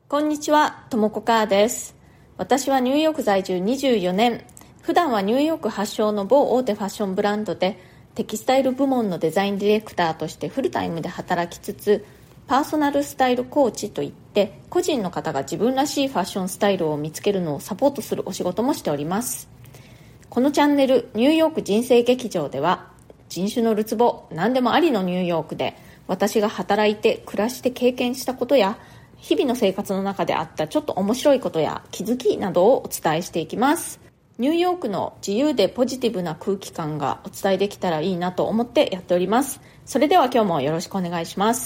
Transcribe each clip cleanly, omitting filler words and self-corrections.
こんにちは、ともこかーです。私はニューヨーク在住24年。普段はニューヨーク発祥の某大手ファッションブランドでテキスタイル部門のデザインディレクターとしてフルタイムで働きつつ、パーソナルスタイルコーチといって個人の方が自分らしいファッションスタイルを見つけるのをサポートするお仕事もしております。このチャンネルニューヨーク人生劇場では、人種のるつぼ何でもありのニューヨークで私が働いて暮らして経験したことや日々の生活の中であったちょっと面白いことや気づきなどをお伝えしていきます。ニューヨークの自由でポジティブな空気感がお伝えできたらいいなと思ってやっております。それでは今日もよろしくお願いします。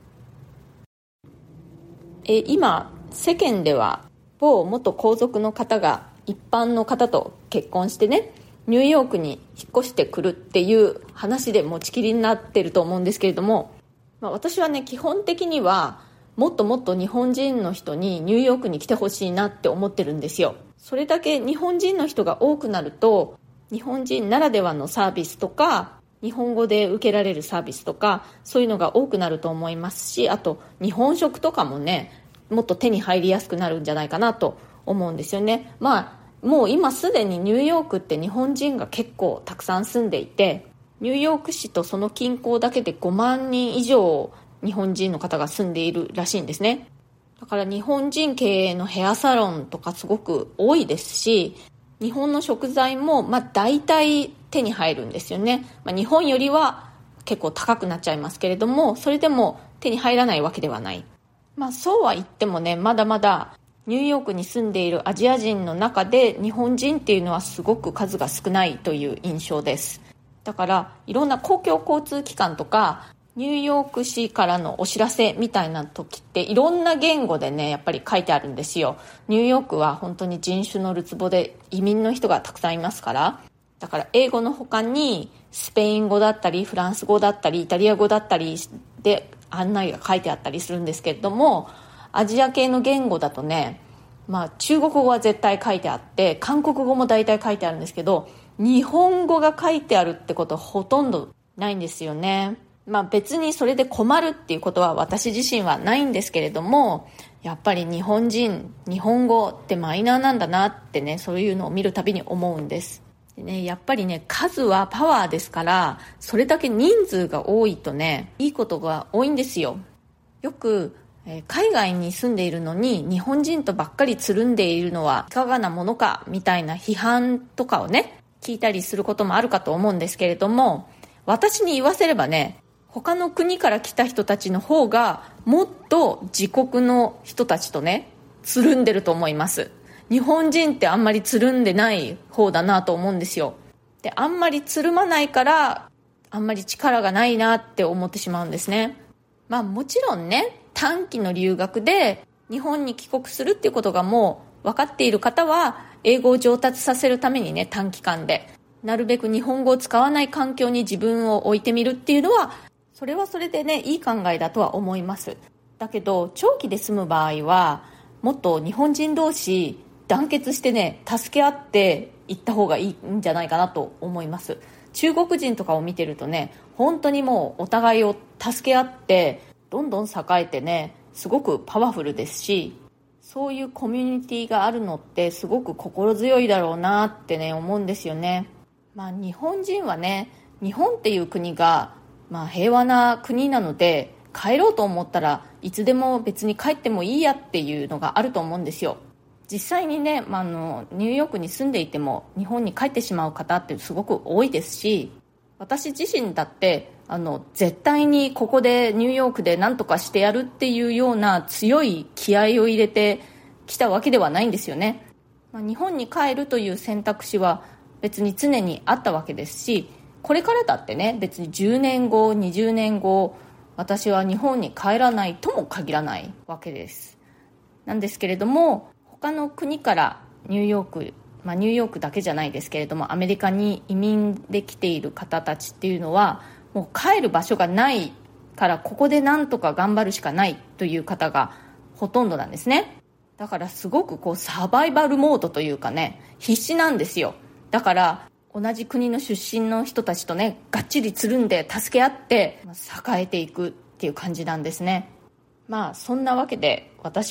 今世間では某元皇族の方が一般の方と結婚してね、ニューヨークに引っ越してくるっていう話で持ちきりになってると思うんですけれども、私はね、基本的にはもっともっと日本人の人にニューヨークに来てほしいなって思ってるんですよ。それだけ日本人の人が多くなると、日本人ならではのサービスとか日本語で受けられるサービスとかそういうのが多くなると思いますし、あと日本食とかもね、もっと手に入りやすくなるんじゃないかなと思うんですよね。もう今すでにニューヨークって日本人が結構たくさん住んでいて、ニューヨーク市とその近郊だけで5万人以上日本人の方が住んでいるらしいんですね。だから日本人経営のヘアサロンとかすごく多いですし、日本の食材も大体手に入るんですよね。日本よりは結構高くなっちゃいますけれども、それでも手に入らないわけではない。そうは言ってもね、まだまだニューヨークに住んでいるアジア人の中で日本人っていうのはすごく数が少ないという印象です。だからいろんな公共交通機関とかニューヨーク市からのお知らせみたいな時っていろんな言語でね、やっぱり書いてあるんですよ。ニューヨークは本当に人種のるつぼで移民の人がたくさんいますから、だから英語の他にスペイン語だったりフランス語だったりイタリア語だったりで案内が書いてあったりするんですけれども、アジア系の言語だとね、中国語は絶対書いてあって韓国語も大体書いてあるんですけど、日本語が書いてあるってことはほとんどないんですよね。別にそれで困るっていうことは私自身はないんですけれども、やっぱり日本人日本語ってマイナーなんだなってね、そういうのを見るたびに思うんです。でね、やっぱりね、数はパワーですから、それだけ人数が多いとね、いいことが多いんですよ。よく海外に住んでいるのに日本人とばっかりつるんでいるのはいかがなものかみたいな批判とかをね、聞いたりすることもあるかと思うんですけれども、私に言わせればね、他の国から来た人たちの方がもっと自国の人たちとね、つるんでると思います。日本人ってあんまりつるんでない方だなと思うんですよ。で、あんまりつるまないからあんまり力がないなって思ってしまうんですね。もちろんね、短期の留学で日本に帰国するっていうことがもう分かっている方は、英語を上達させるためにね、短期間でなるべく日本語を使わない環境に自分を置いてみるっていうのは、それはそれでね、いい考えだとは思います。だけど長期で住む場合はもっと日本人同士団結してね、助け合っていった方がいいんじゃないかなと思います。中国人とかを見てるとね、本当にもうお互いを助け合ってどんどん栄えてね、すごくパワフルですし、そういうコミュニティがあるのってすごく心強いだろうなってね、思うんですよね。日本人はね、日本っていう国が平和な国なので、帰ろうと思ったらいつでも別に帰ってもいいやっていうのがあると思うんですよ。実際にね、ニューヨークに住んでいても日本に帰ってしまう方ってすごく多いですし、私自身だって絶対にここでニューヨークで何とかしてやるっていうような強い気合を入れてきたわけではないんですよね。日本に帰るという選択肢は別に常にあったわけですし、これからだってね、別に10年後20年後私は日本に帰らないとも限らないわけです。なんですけれども、他の国からニューヨーク、ニューヨークだけじゃないですけれどもアメリカに移民で来ている方たちっていうのは、もう帰る場所がないからここでなんとか頑張るしかないという方がほとんどなんですね。だからすごくサバイバルモードというかね、必死なんですよ。だから同じ国の出身の人たちとね、がっちりつるんで助け合って栄えていくっていう感じなんですね。そんなわけで私は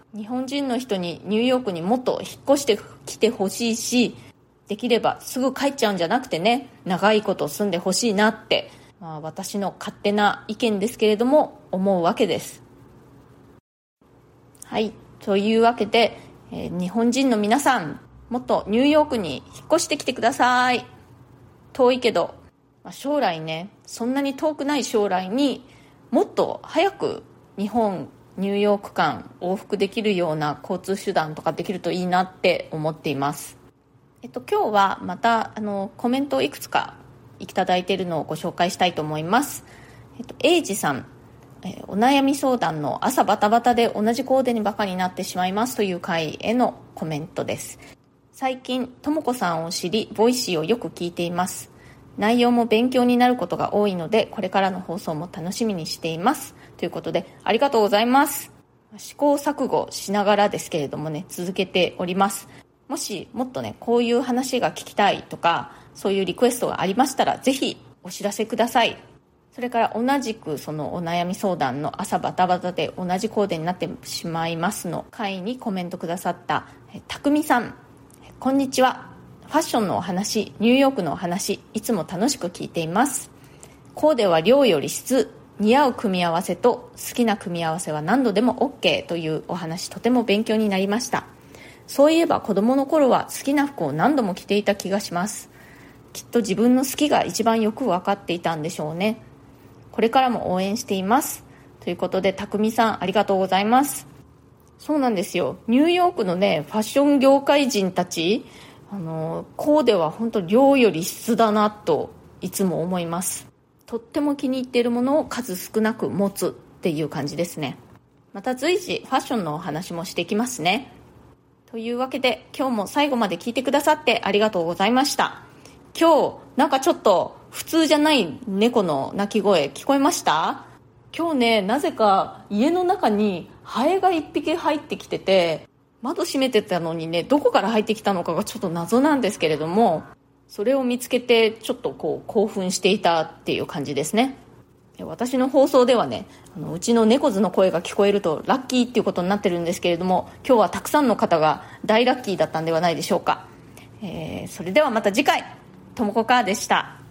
日本人の人にニューヨークにもっと引っ越してきてほしいし、できればすぐ帰っちゃうんじゃなくてね、長いこと住んでほしいなって、私の勝手な意見ですけれども思うわけです。はい、というわけで、日本人の皆さん、もっとニューヨークに引っ越してきてください。遠いけど、将来ね、そんなに遠くない将来にもっと早く日本ニューヨーク間往復できるような交通手段とかできるといいなって思っています。今日はまたコメントをいくつかいただいているのをご紹介したいと思います。エイジさん、お悩み相談の朝バタバタで同じコーデにバカになってしまいますという回へのコメントです。最近ともこさんを知り、ボイシーをよく聞いています。内容も勉強になることが多いので、これからの放送も楽しみにしていますということで、ありがとうございます。試行錯誤しながらですけれどもね、続けております。もしもっとね、こういう話が聞きたいとか、そういうリクエストがありましたら、ぜひお知らせください。それから同じくそのお悩み相談の朝バタバタで同じコーデになってしまいますの回にコメントくださったたくみさん、こんにちは。ファッションのお話、ニューヨークのお話、いつも楽しく聞いています。コーデは量より質、似合う組み合わせと好きな組み合わせは何度でも OK というお話、とても勉強になりました。そういえば子供の頃は好きな服を何度も着ていた気がします。きっと自分の好きが一番よく分かっていたんでしょうね。これからも応援していますということで、たくみさんありがとうございます。そうなんですよ、ニューヨークのねファッション業界人たち、コーデは本当量より質だなといつも思います。とっても気に入っているものを数少なく持つっていう感じですね。また随時ファッションのお話もしてきますね。というわけで、今日も最後まで聞いてくださってありがとうございました。今日なんかちょっと普通じゃない猫の鳴き声聞こえました？今日ね、なぜか家の中にハエが一匹入ってきてて、窓閉めてたのにね、どこから入ってきたのかがちょっと謎なんですけれども、それを見つけてちょっと興奮していたっていう感じですね。私の放送ではね、うちの猫図の声が聞こえるとラッキーっていうことになってるんですけれども、今日はたくさんの方が大ラッキーだったんではないでしょうか。それではまた次回、ともこかーでした。